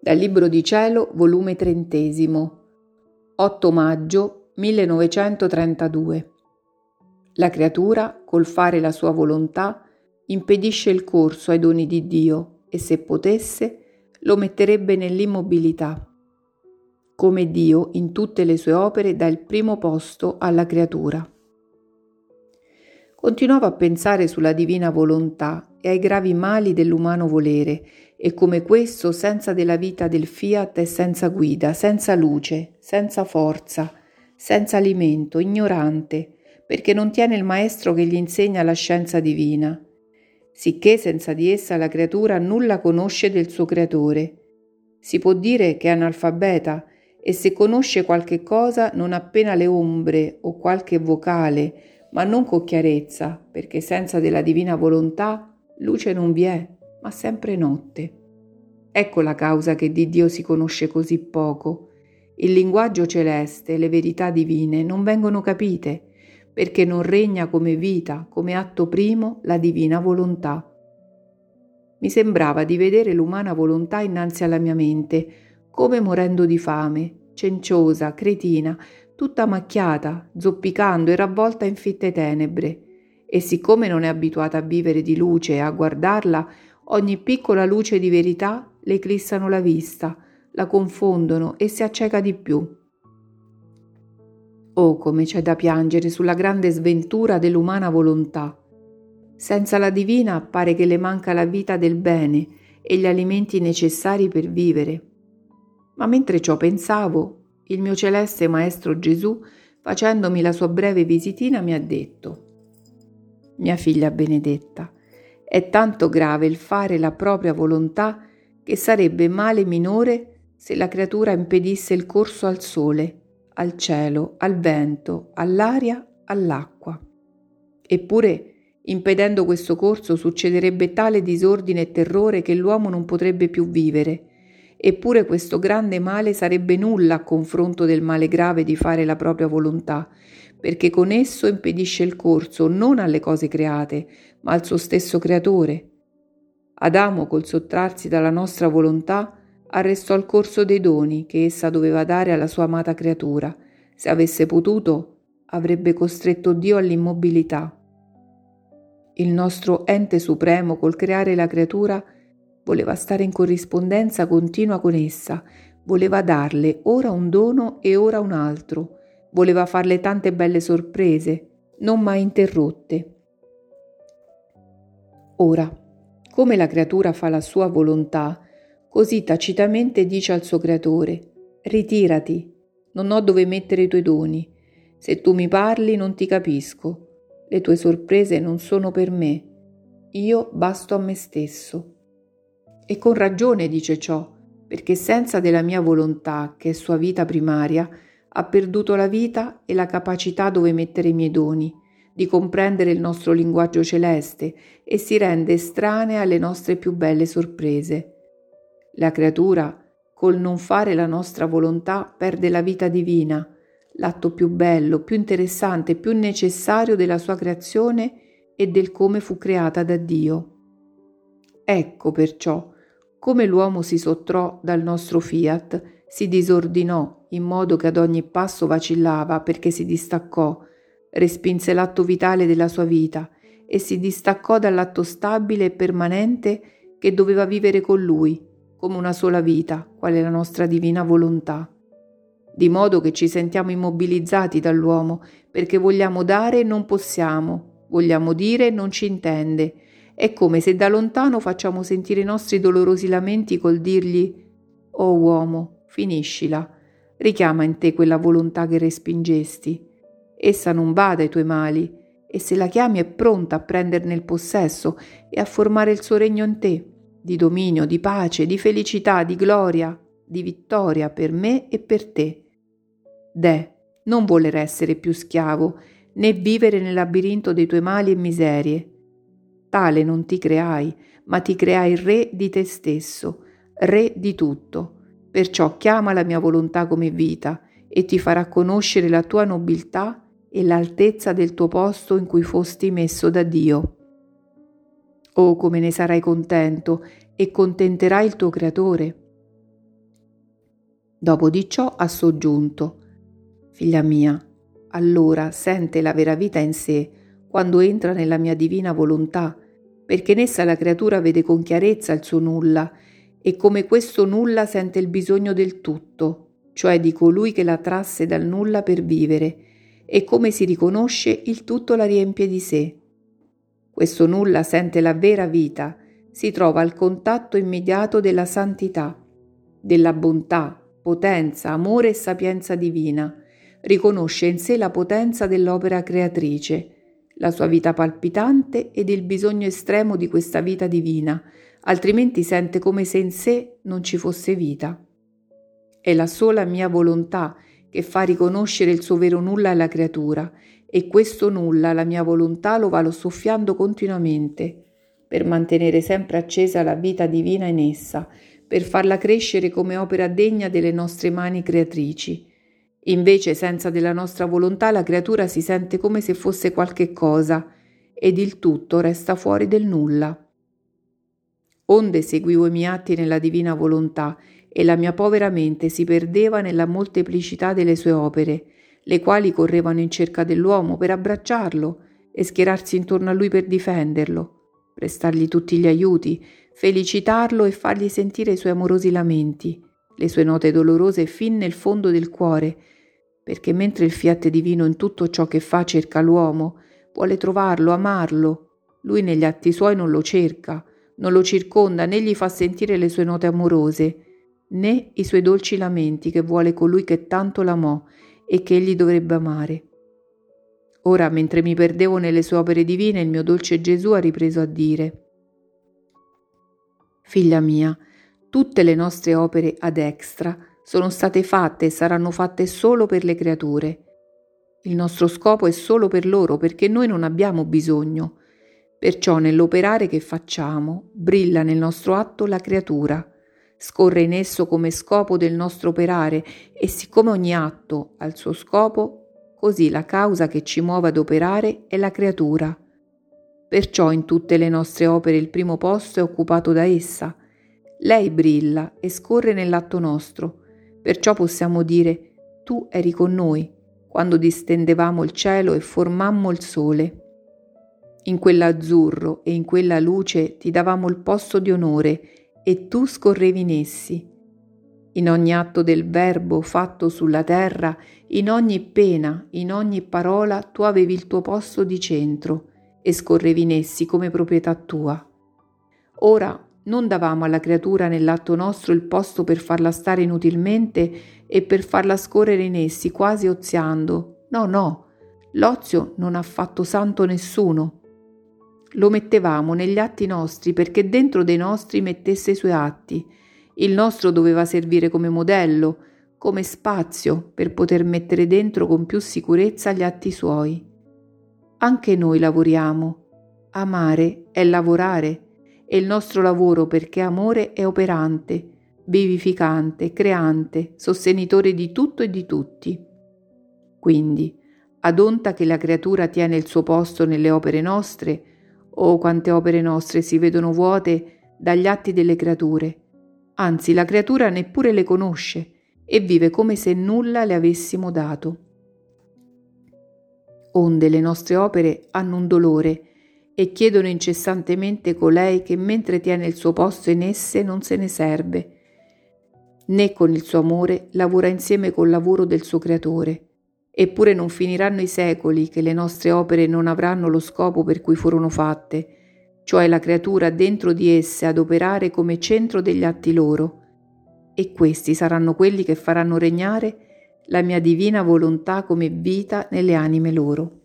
Dal Libro di Cielo, volume 30, 8 maggio 1932. La creatura, col fare la sua volontà, impedisce il corso ai doni di Dio e, se potesse, lo metterebbe nell'immobilità. Come Dio, in tutte le sue opere, dà il primo posto alla creatura. Continuavo a pensare sulla divina volontà e ai gravi mali dell'umano volere, e come questo, senza della vita del fiat, è senza guida, senza luce, senza forza, senza alimento, ignorante, perché non tiene il maestro che gli insegna la scienza divina. Sicché senza di essa la creatura nulla conosce del suo creatore. Si può dire che è analfabeta, e se conosce qualche cosa non appena le ombre o qualche vocale, ma non con chiarezza, perché senza della divina volontà luce non vi è, ma sempre notte. Ecco la causa che di Dio si conosce così poco. Il linguaggio celeste, le verità divine non vengono capite, perché non regna come vita, come atto primo, la divina volontà. Mi sembrava di vedere l'umana volontà innanzi alla mia mente, come morendo di fame, cenciosa, cretina, tutta macchiata, zoppicando e ravvolta in fitte tenebre. E siccome non è abituata a vivere di luce e a guardarla, ogni piccola luce di verità le eclissano la vista, la confondono e si acceca di più. Oh, come c'è da piangere sulla grande sventura dell'umana volontà. Senza la divina pare che le manca la vita del bene e gli alimenti necessari per vivere. Ma mentre ciò pensavo, il mio celeste Maestro Gesù, facendomi la sua breve visitina, mi ha detto: «Mia figlia benedetta, è tanto grave il fare la propria volontà che sarebbe male minore se la creatura impedisse il corso al sole, al cielo, al vento, all'aria, all'acqua. Eppure, impedendo questo corso, succederebbe tale disordine e terrore che l'uomo non potrebbe più vivere. Eppure questo grande male sarebbe nulla a confronto del male grave di fare la propria volontà, perché con esso impedisce il corso non alle cose create, ma al suo stesso creatore. Adamo, col sottrarsi dalla nostra volontà, arrestò il corso dei doni che essa doveva dare alla sua amata creatura. Se avesse potuto, avrebbe costretto Dio all'immobilità. Il nostro ente supremo, col creare la creatura, voleva stare in corrispondenza continua con essa, voleva darle ora un dono e ora un altro, voleva farle tante belle sorprese, non mai interrotte. Ora, come la creatura fa la sua volontà, così tacitamente dice al suo creatore: «Ritirati, non ho dove mettere i tuoi doni. Se tu mi parli non ti capisco. Le tue sorprese non sono per me. Io basto a me stesso». E con ragione dice ciò, perché senza della mia volontà, che è sua vita primaria, ha perduto la vita e la capacità dove mettere i miei doni, di comprendere il nostro linguaggio celeste, e si rende estranea alle nostre più belle sorprese. La creatura, col non fare la nostra volontà, perde la vita divina, l'atto più bello, più interessante, più necessario della sua creazione e del come fu creata da Dio. Ecco perciò come l'uomo si sottrò dal nostro fiat, si disordinò in modo che ad ogni passo vacillava perché si distaccò, respinse l'atto vitale della sua vita e si distaccò dall'atto stabile e permanente che doveva vivere con lui, come una sola vita, quale la nostra divina volontà. Di modo che ci sentiamo immobilizzati dall'uomo, perché vogliamo dare e non possiamo, vogliamo dire e non ci intende. È come se da lontano facciamo sentire i nostri dolorosi lamenti col dirgli: «Oh uomo, finiscila, richiama in te quella volontà che respingesti. Essa non bada ai tuoi mali, e se la chiami è pronta a prenderne il possesso e a formare il suo regno in te, di dominio, di pace, di felicità, di gloria, di vittoria per me e per te. Non voler essere più schiavo, né vivere nel labirinto dei tuoi mali e miserie. Tale non ti creai, ma ti creai re di te stesso, re di tutto. Perciò chiama la mia volontà come vita e ti farà conoscere la tua nobiltà e l'altezza del tuo posto in cui fosti messo da Dio. Oh, come ne sarai contento e contenterai il tuo Creatore. Dopo di ciò ha soggiunto: figlia mia, allora sente la vera vita in sé quando entra nella mia divina volontà, perché in essa la creatura vede con chiarezza il suo nulla e come questo nulla sente il bisogno del tutto, cioè di colui che la trasse dal nulla per vivere, e come si riconosce il tutto la riempie di sé. Questo nulla sente la vera vita, si trova al contatto immediato della santità, della bontà, potenza, amore e sapienza divina, riconosce in sé la potenza dell'opera creatrice, la sua vita palpitante ed il bisogno estremo di questa vita divina, altrimenti sente come se in sé non ci fosse vita. È la sola mia volontà che fa riconoscere il suo vero nulla alla creatura, e questo nulla la mia volontà lo va soffiando continuamente, per mantenere sempre accesa la vita divina in essa, per farla crescere come opera degna delle nostre mani creatrici. Invece, senza della nostra volontà, la creatura si sente come se fosse qualche cosa, ed il tutto resta fuori del nulla. Onde seguivo i miei atti nella divina volontà, e la mia povera mente si perdeva nella molteplicità delle sue opere, le quali correvano in cerca dell'uomo per abbracciarlo e schierarsi intorno a lui per difenderlo, prestargli tutti gli aiuti, felicitarlo e fargli sentire i suoi amorosi lamenti, le sue note dolorose fin nel fondo del cuore, perché mentre il fiat divino in tutto ciò che fa cerca l'uomo, vuole trovarlo, amarlo, lui negli atti suoi non lo cerca, non lo circonda né gli fa sentire le sue note amorose, né i suoi dolci lamenti che vuole colui che tanto l'amò e che egli dovrebbe amare. Ora, mentre mi perdevo nelle sue opere divine, il mio dolce Gesù ha ripreso a dire: figlia mia, tutte le nostre opere ad extra sono state fatte e saranno fatte solo per le creature. Il nostro scopo è solo per loro, perché noi non abbiamo bisogno. Perciò nell'operare che facciamo brilla nel nostro atto la creatura, scorre in esso come scopo del nostro operare, e siccome ogni atto ha il suo scopo, così la causa che ci muove ad operare è la creatura. Perciò in tutte le nostre opere il primo posto è occupato da essa. Lei brilla e scorre nell'atto nostro, perciò possiamo dire: tu eri con noi quando distendevamo il cielo e formammo il sole. In quell'azzurro e in quella luce ti davamo il posto di onore e tu scorrevi in essi. In ogni atto del Verbo fatto sulla terra, in ogni pena, in ogni parola, tu avevi il tuo posto di centro e scorrevi in essi come proprietà tua. Ora non davamo alla creatura nell'atto nostro il posto per farla stare inutilmente e per farla scorrere in essi quasi oziando. No, l'ozio non ha fatto santo nessuno. Lo mettevamo negli atti nostri perché dentro dei nostri mettesse i suoi atti. Il nostro doveva servire come modello, come spazio per poter mettere dentro con più sicurezza gli atti suoi. Anche noi lavoriamo. Amare è lavorare, e il nostro lavoro, perché amore, è operante, vivificante, creante, sostenitore di tutto e di tutti. Quindi, ad onta che la creatura tiene il suo posto nelle opere nostre, oh quante opere nostre si vedono vuote dagli atti delle creature, anzi la creatura neppure le conosce e vive come se nulla le avessimo dato. Onde le nostre opere hanno un dolore e chiedono incessantemente colei che mentre tiene il suo posto in esse non se ne serve, né con il suo amore lavora insieme col lavoro del suo creatore. Eppure non finiranno i secoli che le nostre opere non avranno lo scopo per cui furono fatte, cioè la creatura dentro di esse ad operare come centro degli atti loro, e questi saranno quelli che faranno regnare la mia divina volontà come vita nelle anime loro.